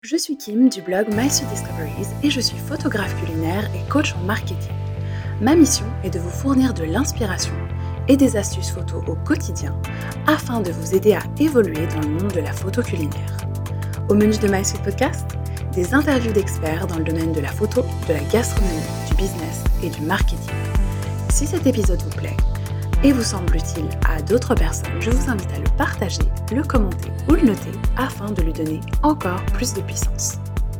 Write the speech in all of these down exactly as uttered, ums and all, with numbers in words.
Je suis Kim du blog My Sweet Discoveries et je suis photographe culinaire et coach en marketing. Ma mission est de vous fournir de l'inspiration et des astuces photos au quotidien afin de vous aider à évoluer dans le monde de la photo culinaire. Au menu de My Sweet Podcast, des interviews d'experts dans le domaine de la photo, de la gastronomie, du business et du marketing. Si cet épisode vous plaît et vous semble utile à d'autres personnes, je vous invite à le partager, le commenter ou le noter afin de lui donner encore plus de puissance.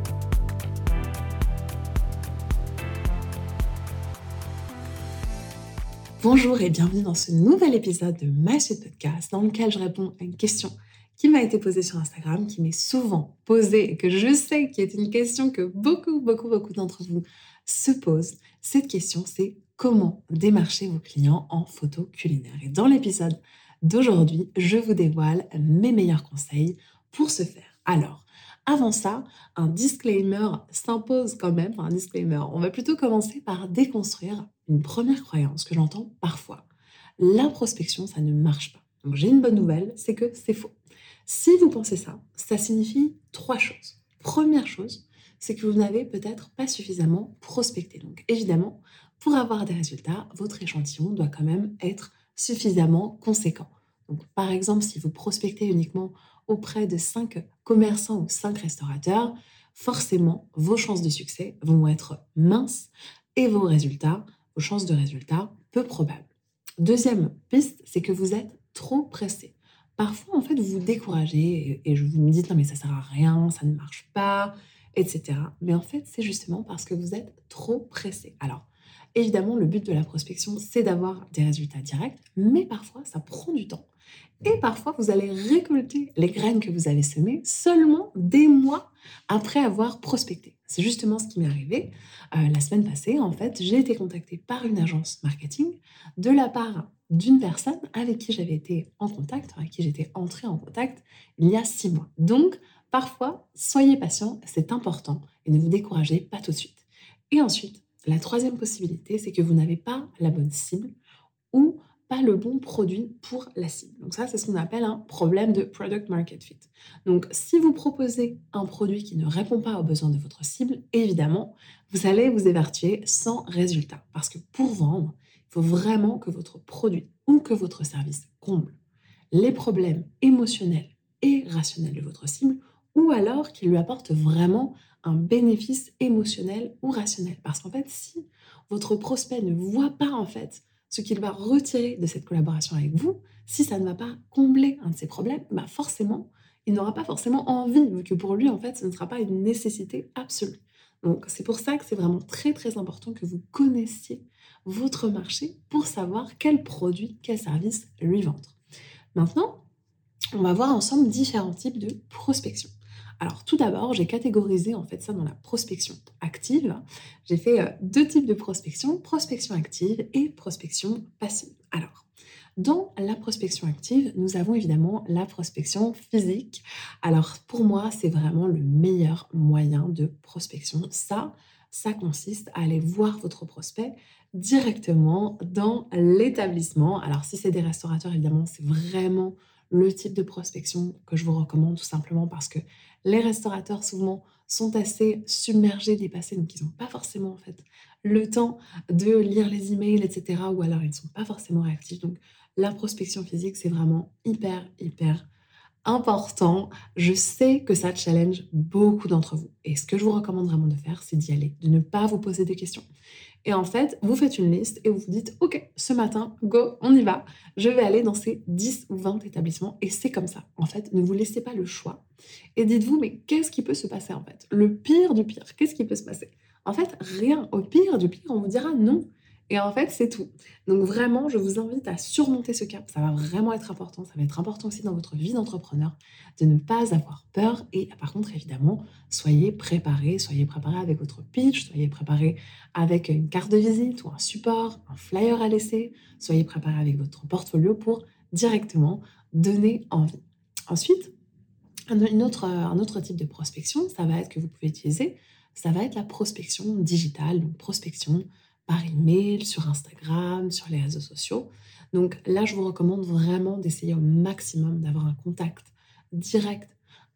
Bonjour et bienvenue dans ce nouvel épisode de My Sweet Podcast dans lequel je réponds à une question qui m'a été posée sur Instagram, qui m'est souvent posée et que je sais qui est une question que beaucoup, beaucoup, beaucoup d'entre vous se posent. Cette question, c'est comment démarcher vos clients en photo culinaire. Et dans l'épisode d'aujourd'hui, je vous dévoile mes meilleurs conseils pour ce faire. Alors, avant ça, un disclaimer s'impose quand même, enfin un disclaimer. On va plutôt commencer par déconstruire une première croyance que j'entends parfois. La prospection, ça ne marche pas. Donc j'ai une bonne nouvelle, c'est que c'est faux. Si vous pensez ça, ça signifie trois choses. Première chose, c'est que vous n'avez peut-être pas suffisamment prospecté. Donc évidemment, pour avoir des résultats, votre échantillon doit quand même être suffisamment conséquent. Donc par exemple, si vous prospectez uniquement auprès de cinq commerçants ou cinq restaurateurs, forcément, vos chances de succès vont être minces et vos résultats, vos chances de résultats, peu probables. Deuxième piste, c'est que vous êtes trop pressé. Parfois, en fait, vous vous découragez et, et vous me dites non mais ça sert à rien, ça ne marche pas, et cetera. Mais en fait, c'est justement parce que vous êtes trop pressé. Alors, évidemment, le but de la prospection, c'est d'avoir des résultats directs, mais parfois, ça prend du temps. Et parfois, vous allez récolter les graines que vous avez semées seulement des mois après avoir prospecté. C'est justement ce qui m'est arrivé euh, la semaine passée. En fait, j'ai été contactée par une agence marketing de la part d'une personne avec qui j'avais été en contact, avec qui j'étais entrée en contact il y a six mois. Donc, parfois, soyez patient, c'est important et ne vous découragez pas tout de suite. Et ensuite, la troisième possibilité, c'est que vous n'avez pas la bonne cible ou pas le bon produit pour la cible. Donc ça, c'est ce qu'on appelle un problème de product market fit. Donc si vous proposez un produit qui ne répond pas aux besoins de votre cible, évidemment, vous allez vous évertuer sans résultat. Parce que pour vendre, il faut vraiment que votre produit ou que votre service comble les problèmes émotionnels et rationnels de votre cible, ou alors qu'il lui apporte vraiment un bénéfice émotionnel ou rationnel. Parce qu'en fait, si votre prospect ne voit pas en fait ce qu'il va retirer de cette collaboration avec vous, si ça ne va pas combler un de ses problèmes, bah forcément, il n'aura pas forcément envie, vu que pour lui, en fait, ce ne sera pas une nécessité absolue. Donc, c'est pour ça que c'est vraiment très, très important que vous connaissiez votre marché pour savoir quel produit, quel service lui vendre. Maintenant, on va voir ensemble différents types de prospection. Alors tout d'abord, j'ai catégorisé en fait ça dans la prospection active. J'ai fait euh, deux types de prospection, prospection active et prospection passive. Alors, dans la prospection active, nous avons évidemment la prospection physique. Alors pour moi, c'est vraiment le meilleur moyen de prospection. Ça, ça consiste à aller voir votre prospect directement dans l'établissement. Alors si c'est des restaurateurs, évidemment, c'est vraiment le type de prospection que je vous recommande tout simplement parce que les restaurateurs souvent sont assez submergés, dépassés, donc ils n'ont pas forcément en fait le temps de lire les emails, et cetera. Ou alors ils ne sont pas forcément réactifs. Donc la prospection physique, c'est vraiment hyper, hyper important. Je sais que ça challenge beaucoup d'entre vous. Et ce que je vous recommande vraiment de faire, c'est d'y aller, de ne pas vous poser des questions. Et en fait, vous faites une liste et vous vous dites, OK, ce matin, go, on y va. Je vais aller dans ces dix ou vingt établissements et c'est comme ça. En fait, ne vous laissez pas le choix. Et dites-vous, mais qu'est-ce qui peut se passer en fait? Le pire du pire, qu'est-ce qui peut se passer? En fait, rien. Au pire du pire, on vous dira non. Et en fait, c'est tout. Donc vraiment, je vous invite à surmonter ce cap. Ça va vraiment être important. Ça va être important aussi dans votre vie d'entrepreneur de ne pas avoir peur. Et par contre, évidemment, soyez préparés. Soyez préparés avec votre pitch. Soyez préparés avec une carte de visite ou un support, un flyer à laisser. Soyez préparés avec votre portfolio pour directement donner envie. Ensuite, un, une autre, un autre type de prospection, ça va être que vous pouvez utiliser, ça va être la prospection digitale, donc prospection par email, sur Instagram, sur les réseaux sociaux. Donc là, je vous recommande vraiment d'essayer au maximum d'avoir un contact direct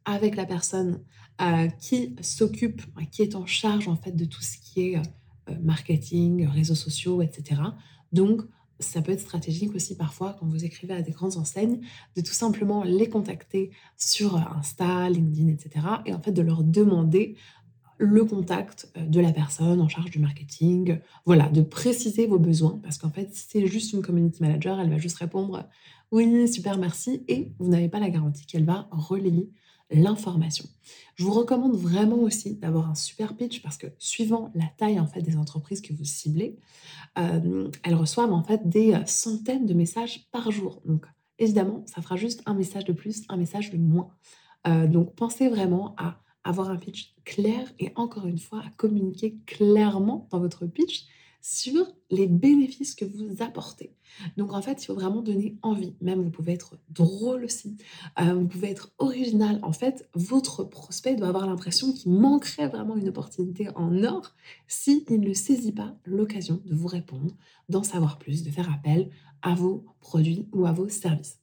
avec la personne euh, qui s'occupe, euh, qui est en charge en fait de tout ce qui est euh, marketing, réseaux sociaux, et cetera. Donc, ça peut être stratégique aussi parfois quand vous écrivez à des grandes enseignes de tout simplement les contacter sur euh, Insta, LinkedIn, et cetera. Et en fait de leur demander le contact euh, de la personne en charge du marketing, voilà, de préciser vos besoins parce qu'en fait, si c'est juste une community manager, elle va juste répondre oui, super, merci, et vous n'avez pas la garantie qu'elle va relayer l'information. Je vous recommande vraiment aussi d'avoir un super pitch parce que suivant la taille en fait des entreprises que vous ciblez, euh, elles reçoivent en fait des euh, centaines de messages par jour. Donc évidemment, ça fera juste un message de plus, un message de moins. Heu, donc pensez vraiment à avoir un pitch clair et encore une fois, à communiquer clairement dans votre pitch sur les bénéfices que vous apportez. Donc en fait, il faut vraiment donner envie. Même vous pouvez être drôle aussi, heu, vous pouvez être original. En fait, votre prospect doit avoir l'impression qu'il manquerait vraiment une opportunité en or s'il ne saisit pas l'occasion de vous répondre, d'en savoir plus, de faire appel à vos produits ou à vos services.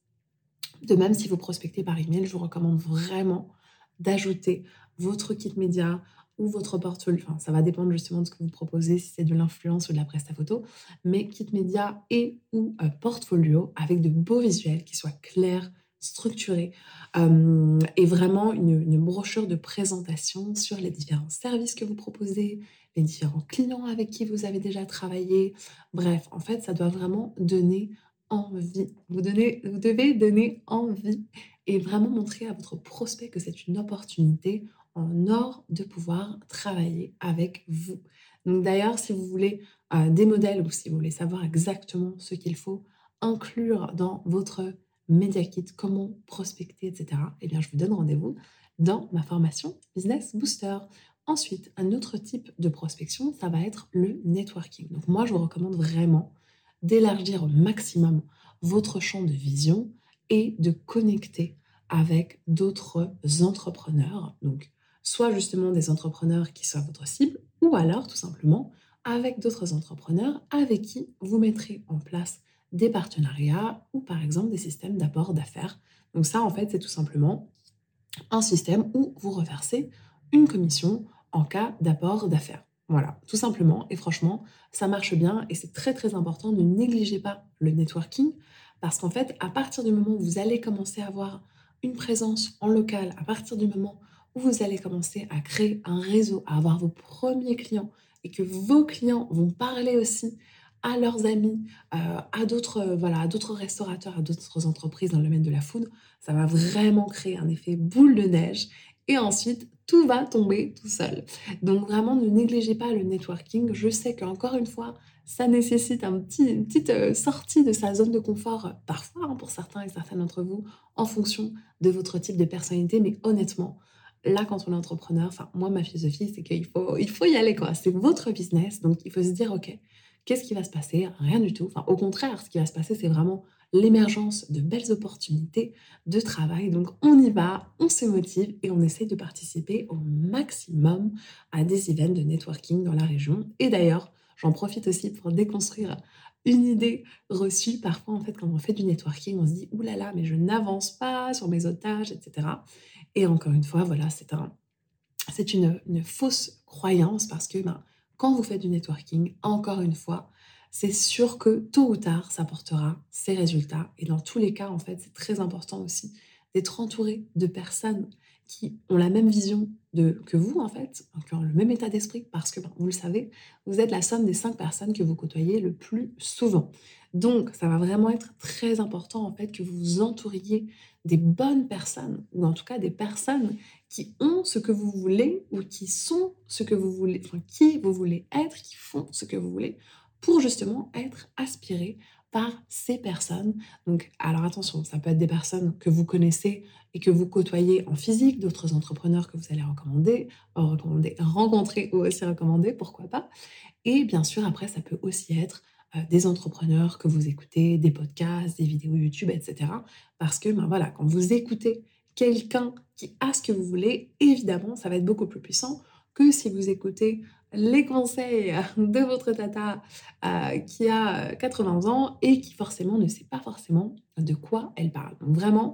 De même, si vous prospectez par email, je vous recommande vraiment d'ajouter votre kit média ou votre portfolio. Enfin, ça va dépendre justement de ce que vous proposez, si c'est de l'influence ou de la presta photo, mais kit média et ou euh, portfolio avec de beaux visuels qui soient clairs, structurés, euh, et vraiment une, une brochure de présentation sur les différents services que vous proposez, les différents clients avec qui vous avez déjà travaillé. Bref, en fait, ça doit vraiment donner envie. Vous donnez vous devez donner envie et vraiment montrer à votre prospect que c'est une opportunité en or de pouvoir travailler avec vous. Donc d'ailleurs, si vous voulez, heu, des modèles ou si vous voulez savoir exactement ce qu'il faut inclure dans votre Media Kit, comment prospecter et cetera, eh bien je vous donne rendez-vous dans ma formation Business Booster. Ensuite, un autre type de prospection, ça va être le networking. Donc moi, je vous recommande vraiment d'élargir au maximum votre champ de vision et de connecter avec d'autres entrepreneurs. Donc, soit justement des entrepreneurs qui soient votre cible, ou alors tout simplement avec d'autres entrepreneurs avec qui vous mettrez en place des partenariats ou par exemple des systèmes d'apport d'affaires. Donc ça, en fait, c'est tout simplement un système où vous reversez une commission en cas d'apport d'affaires. Voilà, tout simplement. Et franchement, ça marche bien et c'est très très important. Ne négligez pas le networking parce qu'en fait, à partir du moment où vous allez commencer à avoir une présence en local, à partir du moment où vous allez commencer à créer un réseau, à avoir vos premiers clients et que vos clients vont parler aussi à leurs amis, euh, à d'autres euh, voilà, à d'autres restaurateurs, à d'autres entreprises dans le domaine de la food, ça va vraiment créer un effet boule de neige et ensuite tout va tomber tout seul. Donc vraiment ne négligez pas le networking. Je sais qu'encore une fois, ça nécessite un petit une petite, heu, sortie de sa zone de confort, heu, parfois, hein, pour certains et certaines d'entre vous, en fonction de votre type de personnalité. Mais honnêtement, là, quand on est entrepreneur, enfin moi ma philosophie, c'est qu'il faut il faut y aller quoi. C'est votre business, donc il faut se dire: «OK, qu'est-ce qui va se passer? Rien du tout». Enfin au contraire, ce qui va se passer, c'est vraiment l'émergence de belles opportunités de travail. Donc on y va, on se motive et on essaye de participer au maximum à des events de networking dans la région. Et d'ailleurs, j'en profite aussi pour déconstruire une idée reçue. Parfois, en fait, quand on fait du networking, on se dit: «Ouh là là, mais je n'avance pas sur mes otages», et cetera. Et encore une fois, voilà, c'est un c'est une, une fausse croyance parce que ben, quand vous faites du networking, encore une fois, c'est sûr que tôt ou tard, ça portera ses résultats. Et dans tous les cas, en fait, c'est très important aussi d'être entouré de personnes qui ont la même vision de, que vous, en fait, qui ont le même état d'esprit, parce que, ben, vous le savez, vous êtes la somme des cinq personnes que vous côtoyez le plus souvent. Donc, ça va vraiment être très important, en fait, que vous vous entouriez des bonnes personnes, ou en tout cas des personnes qui ont ce que vous voulez ou qui sont ce que vous voulez, enfin qui vous voulez être, qui font ce que vous voulez pour justement être aspiré par ces personnes. Donc, alors attention, ça peut être des personnes que vous connaissez et que vous côtoyez en physique, d'autres entrepreneurs que vous allez recommander, euh, recommander, rencontrer ou aussi recommander, pourquoi pas. Et bien sûr, après, ça peut aussi être euh, des entrepreneurs que vous écoutez, des podcasts, des vidéos YouTube, et cetera. Parce que, ben voilà, quand vous écoutez quelqu'un qui a ce que vous voulez, évidemment, ça va être beaucoup plus puissant que si vous écoutez les conseils euh, de votre tata euh, qui a euh, quatre-vingts ans et qui forcément ne sait pas forcément de quoi elle parle. Donc vraiment,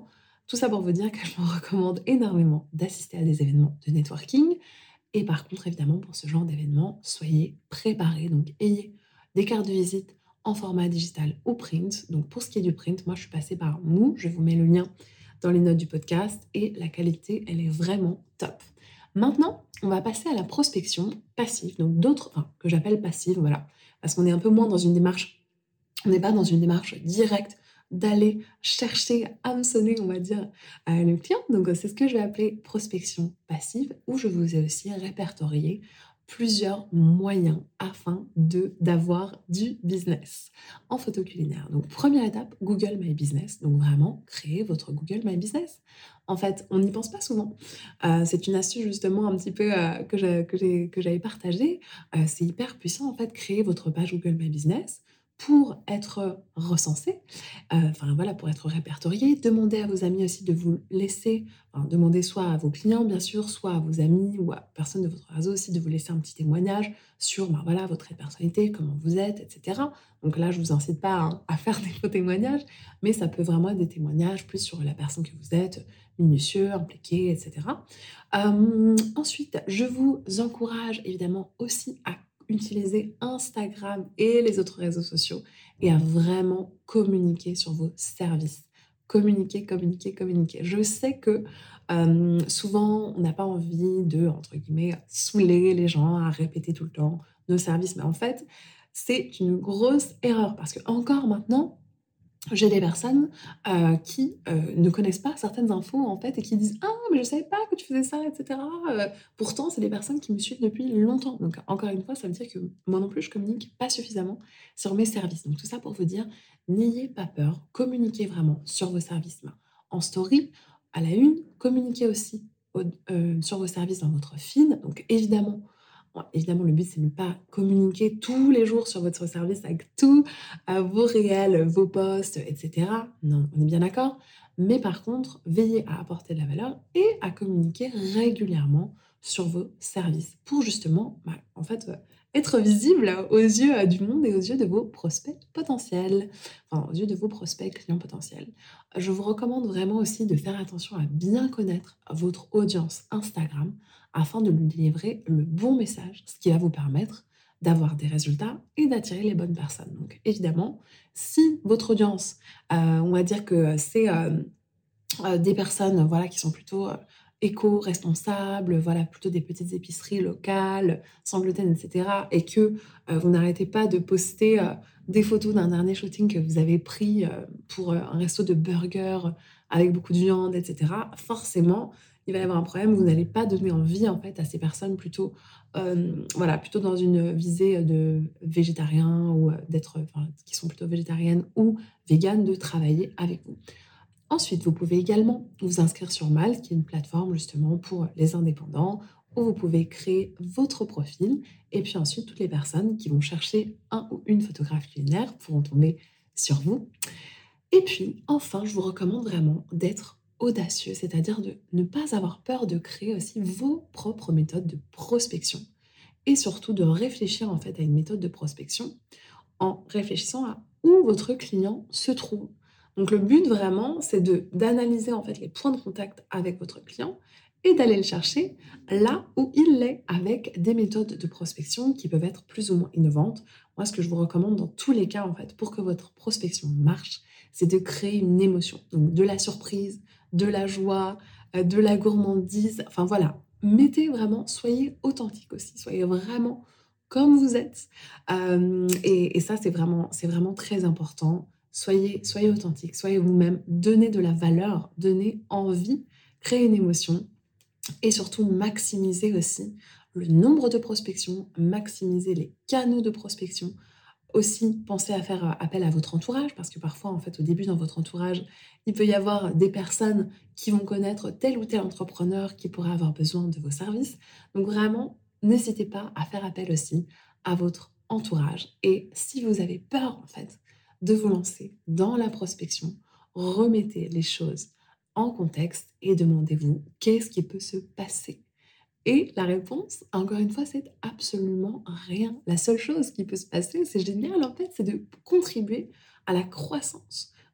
Tout ça pour vous dire que je me recommande énormément d'assister à des événements de networking et par contre, évidemment, pour ce genre d'événement, soyez préparés. Donc, ayez des cartes de visite en format digital ou print. Donc, pour ce qui est du print, moi, je suis passée par Mou. Je vous mets le lien dans les notes du podcast et la qualité, elle est vraiment top. Maintenant, on va passer à la prospection passive. Donc, d'autres, enfin, que j'appelle passive, voilà. Parce qu'on est un peu moins dans une démarche, on n'est pas dans une démarche directe d'aller chercher, hameçonner, on va dire, euh, le client. Donc, euh, c'est ce que je vais appeler prospection passive, où je vous ai aussi répertorié plusieurs moyens afin de d'avoir du business en photo culinaire. Donc, première étape, Google My Business. Donc, vraiment, créer votre Google My Business. En fait, on n'y pense pas souvent. Euh, c'est une astuce, justement, un petit peu euh, que j'ai- que j'ai- que j'avais partagée. Euh, c'est hyper puissant, en fait, créer votre page Google My Business pour être recensé, heu, enfin voilà, pour être répertorié. Demandez à vos amis aussi de vous laisser, enfin demandez soit à vos clients bien sûr, soit à vos amis ou à personnes de votre réseau aussi de vous laisser un petit témoignage sur, ben voilà, votre personnalité, comment vous êtes et cetera. Donc là, je vous incite pas, hein, à faire des faux témoignages, mais ça peut vraiment être des témoignages plus sur la personne que vous êtes, minutieux, impliqué et cetera. Hem, ensuite, je vous encourage évidemment aussi à utiliser Instagram et les autres réseaux sociaux et à vraiment communiquer sur vos services. Communiquer, communiquer, communiquer. Je sais que euh, souvent, on n'a pas envie de, entre guillemets, saouler les gens à répéter tout le temps nos services, mais en fait, c'est une grosse erreur parce que encore maintenant, j'ai des personnes, heu, qui, heu, ne connaissent pas certaines infos, en fait, et qui disent: «Ah, mais je savais pas que tu faisais ça» et cetera, heu, pourtant, c'est des personnes qui me suivent depuis longtemps. Donc encore une fois, ça veut dire que moi non plus, je communique pas suffisamment sur mes services. Donc tout ça pour vous dire, n'ayez pas peur, communiquez vraiment sur vos services, ben, en story, à la une, communiquez aussi au heu, sur vos services dans votre feed. Donc évidemment, bon, évidemment, le but, c'est de ne pas communiquer tous les jours sur votre service avec tout à vos réels, vos posts, et cetera. Non, on est bien d'accord? Mais par contre, veillez à apporter de la valeur et à communiquer régulièrement sur vos services pour justement, bah, en fait, heu, être visible aux yeux, heu, du monde et aux yeux de vos prospects potentiels, enfin, aux yeux de vos prospects clients potentiels. Je vous recommande vraiment aussi de faire attention à bien connaître votre audience Instagram afin de lui livrer le bon message, ce qui va vous permettre d'avoir des résultats et d'attirer les bonnes personnes. Donc évidemment, si votre audience, heu, on va dire que c'est, hem, heu, des personnes, voilà, qui sont plutôt, heu, éco-responsables, voilà, plutôt des petites épiceries locales, sans gluten et cetera et que, heu, vous n'arrêtez pas de poster, heu, des photos d'un dernier shooting que vous avez pris, heu, pour, heu, un resto de burgers avec beaucoup de viande et cetera, forcément, il va y avoir un problème. Vous n'allez pas donner envie, en fait, à ces personnes plutôt, hem, voilà, plutôt dans une visée, de végétarien ou, heu, d'être, enfin, qui sont plutôt végétariennes ou véganes, de travailler avec vous. Ensuite, vous pouvez également vous inscrire sur Malte, qui est une plateforme justement pour les indépendants, où vous pouvez créer votre profil. Et puis ensuite, toutes les personnes qui vont chercher un ou une photographe culinaire pourront tomber sur vous. Et puis, enfin, je vous recommande vraiment d'être audacieux, c'est-à-dire de ne pas avoir peur de créer aussi vos propres méthodes de prospection et surtout de réfléchir en fait à une méthode de prospection en réfléchissant à où votre client se trouve. Donc le but vraiment, c'est de d'analyser en fait les points de contact avec votre client et d'aller le chercher là où il est avec des méthodes de prospection qui peuvent être plus ou moins innovantes. Moi, ce que je vous recommande dans tous les cas en fait pour que votre prospection marche, c'est de créer une émotion. Donc de la surprise, de la joie, heu, de la gourmandise, enfin voilà. Mettez vraiment, soyez authentique aussi, soyez vraiment comme vous êtes. Hem et et ça, c'est vraiment c'est vraiment très important. Soyez soyez authentique, soyez vous-même, donnez de la valeur, donnez envie, créez une émotion et surtout maximisez aussi le nombre de prospections, maximisez les canaux de prospection. Aussi, pensez à faire, heu, appel à votre entourage parce que parfois, en fait, au début, dans votre entourage, il peut y avoir des personnes qui vont connaître tel ou tel entrepreneur qui pourrait avoir besoin de vos services. Donc vraiment, n'hésitez pas à faire appel aussi à votre entourage et si vous avez peur, en fait, de vous lancer dans la prospection, remettez les choses en contexte et demandez-vous: «Qu'est-ce qui peut se passer?» Et la réponse, encore une fois, c'est absolument rien. La seule chose qui peut se passer, c'est génial en fait, c'est de contribuer à la croissance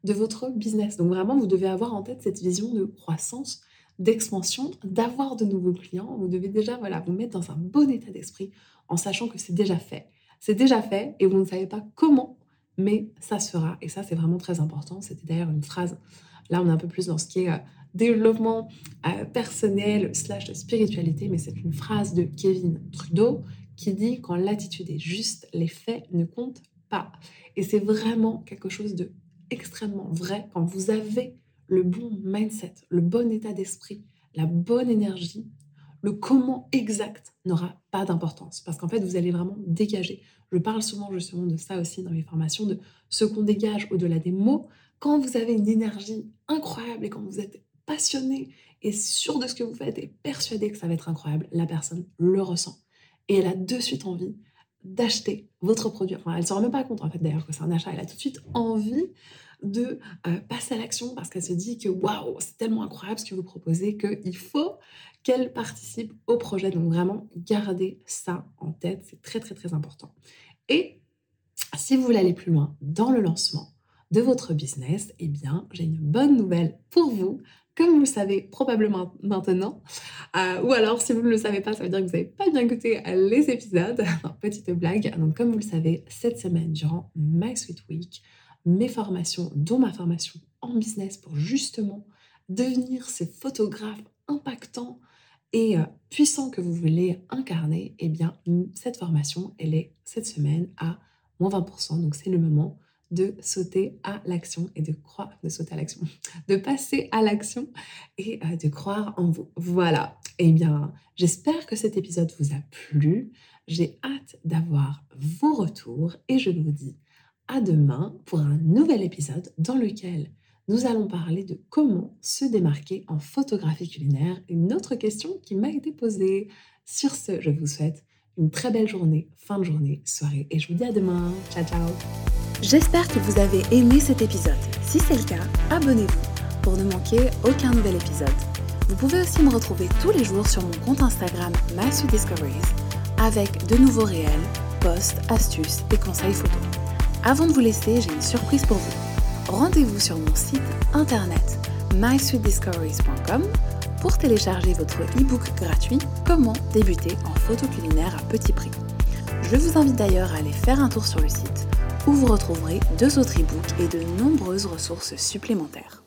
de votre business. Donc vraiment, vous devez avoir en tête cette vision de croissance, d'expansion, d'avoir de nouveaux clients. Vous devez déjà voilà, vous mettre dans un bon état d'esprit en sachant que c'est déjà fait. C'est déjà fait et vous ne savez pas comment, mais ça se fera. Et ça, c'est vraiment très important. C'était d'ailleurs une phrase, là on est un peu plus dans ce qui est euh, développement euh, personnel slash spiritualité, mais c'est une phrase de Kevin Trudeau qui dit: «Quand l'attitude est juste, les faits ne comptent pas». Et c'est vraiment quelque chose de extrêmement vrai quand vous avez le bon mindset, le bon état d'esprit, la bonne énergie, le comment exact n'aura pas d'importance parce qu'en fait, vous allez vraiment dégager. Je parle souvent justement de ça aussi dans mes formations, de ce qu'on dégage au-delà des mots. Quand vous avez une énergie incroyable et quand vous êtes passionné et sûr de ce que vous faites et persuadé que ça va être incroyable, la personne le ressent et elle a de suite envie d'acheter votre produit. Enfin, elle ne se rend même pas compte en fait d'ailleurs que c'est un achat. Elle a tout de suite envie de euh, passer à l'action parce qu'elle se dit que waouh, c'est tellement incroyable ce que vous proposez qu'il faut qu'elle participe au projet. Donc vraiment, gardez ça en tête, c'est très très très important. Et si vous voulez aller plus loin dans le lancement de votre business, eh bien, j'ai une bonne nouvelle pour vous. Comme vous le savez probablement maintenant, euh, ou alors si vous ne le savez pas, ça veut dire que vous n'avez pas bien écouté les épisodes. Non, petite blague. Donc, comme vous le savez, cette semaine, durant My Sweet Week, mes formations, dont ma formation en business pour justement devenir ces photographes impactants et euh, puissants que vous voulez incarner, eh bien, cette formation, elle est cette semaine à moins vingt pour cent. Donc, c'est le moment de sauter à l'action et de croire, de sauter à l'action, de passer à l'action et euh, de croire en vous. Voilà. Eh bien, j'espère que cet épisode vous a plu. J'ai hâte d'avoir vos retours et je vous dis à demain pour un nouvel épisode dans lequel nous allons parler de comment se démarquer en photographie culinaire, une autre question qui m'a été posée. Sur ce, je vous souhaite une très belle journée, fin de journée, soirée et je vous dis à demain. Ciao, ciao. J'espère que vous avez aimé cet épisode. Si c'est le cas, abonnez-vous pour ne manquer aucun nouvel épisode. Vous pouvez aussi me retrouver tous les jours sur mon compte Instagram MySweetDiscoveries avec de nouveaux réels, posts, astuces et conseils photos. Avant de vous laisser, j'ai une surprise pour vous. Rendez-vous sur mon site internet my sweet discoveries point com pour télécharger votre e-book gratuit Comment débuter en photo culinaire à petit prix. Je vous invite d'ailleurs à aller faire un tour sur le site où vous retrouverez deux autres e-books et de nombreuses ressources supplémentaires.